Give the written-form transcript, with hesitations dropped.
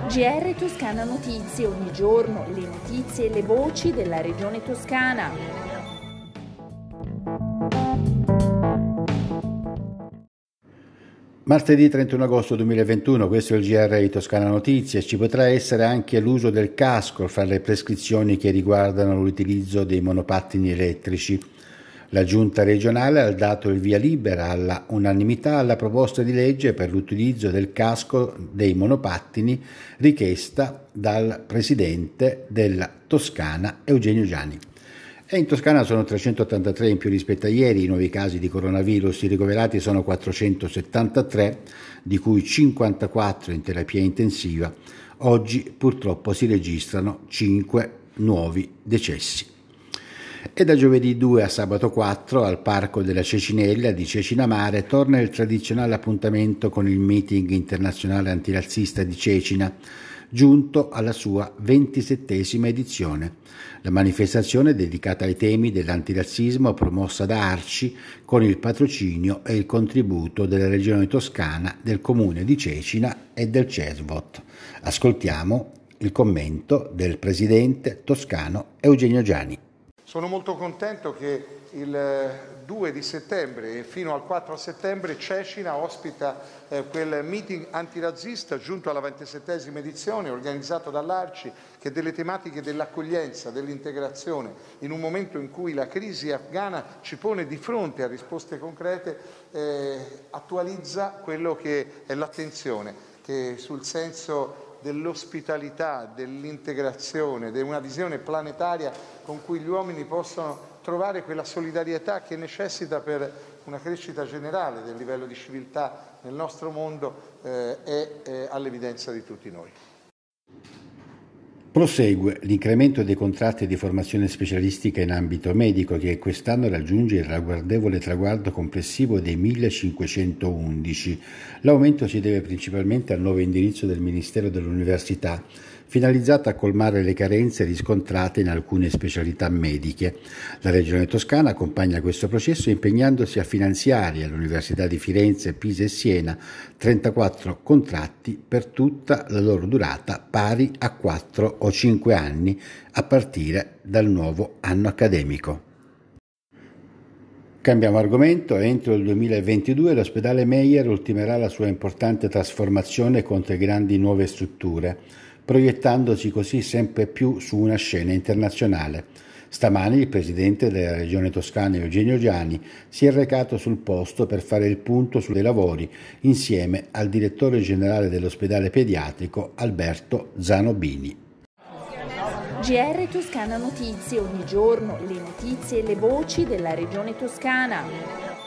GR Toscana Notizie, ogni giorno le notizie e le voci della regione toscana. Martedì 31 agosto 2021, questo è il GR di Toscana Notizie. Ci potrà essere anche l'uso del casco fra le prescrizioni che riguardano l'utilizzo dei monopattini elettrici. La Giunta regionale ha dato il via libera alla unanimità alla proposta di legge per l'utilizzo del casco dei monopattini richiesta dal presidente della Toscana Eugenio Giani. E in Toscana sono 383 in più rispetto a ieri, i nuovi casi di coronavirus ricoverati sono 473, di cui 54 in terapia intensiva. Oggi purtroppo si registrano 5 nuovi decessi. E da giovedì 2 a sabato 4 al Parco della Cecinella di Cecina Mare torna il tradizionale appuntamento con il meeting internazionale antirazzista di Cecina, giunto alla sua 27esima edizione. La manifestazione è dedicata ai temi dell'antirazzismo promossa da Arci con il patrocinio e il contributo della Regione Toscana, del Comune di Cecina e del CESVOT. Ascoltiamo il commento del presidente toscano Eugenio Giani. Sono molto contento che il 2 di settembre e fino al 4 settembre Cecina ospita quel meeting antirazzista giunto alla 27esima edizione organizzato dall'Arci, che delle tematiche dell'accoglienza, dell'integrazione, in un momento in cui la crisi afghana ci pone di fronte a risposte concrete, attualizza quello che è l'attenzione che sul senso dell'ospitalità, dell'integrazione, di una visione planetaria con cui gli uomini possono trovare quella solidarietà che necessita per una crescita generale del livello di civiltà nel nostro mondo è all'evidenza di tutti noi. Prosegue l'incremento dei contratti di formazione specialistica in ambito medico, che quest'anno raggiunge il ragguardevole traguardo complessivo dei 1511. L'aumento si deve principalmente al nuovo indirizzo del Ministero dell'Università, finalizzato a colmare le carenze riscontrate in alcune specialità mediche. La Regione Toscana accompagna questo processo impegnandosi a finanziare all'Università di Firenze, Pisa e Siena 34 contratti per tutta la loro durata, pari a 4 o 5 anni a partire dal nuovo anno accademico. Cambiamo argomento. Entro il 2022 l'ospedale Meyer ultimerà la sua importante trasformazione con 3 grandi nuove strutture, proiettandosi così sempre più su una scena internazionale. Stamani il presidente della Regione Toscana Eugenio Giani si è recato sul posto per fare il punto sui lavori insieme al direttore generale dell'ospedale pediatrico Alberto Zanobini. GR Toscana Notizie, ogni giorno le notizie e le voci della regione toscana.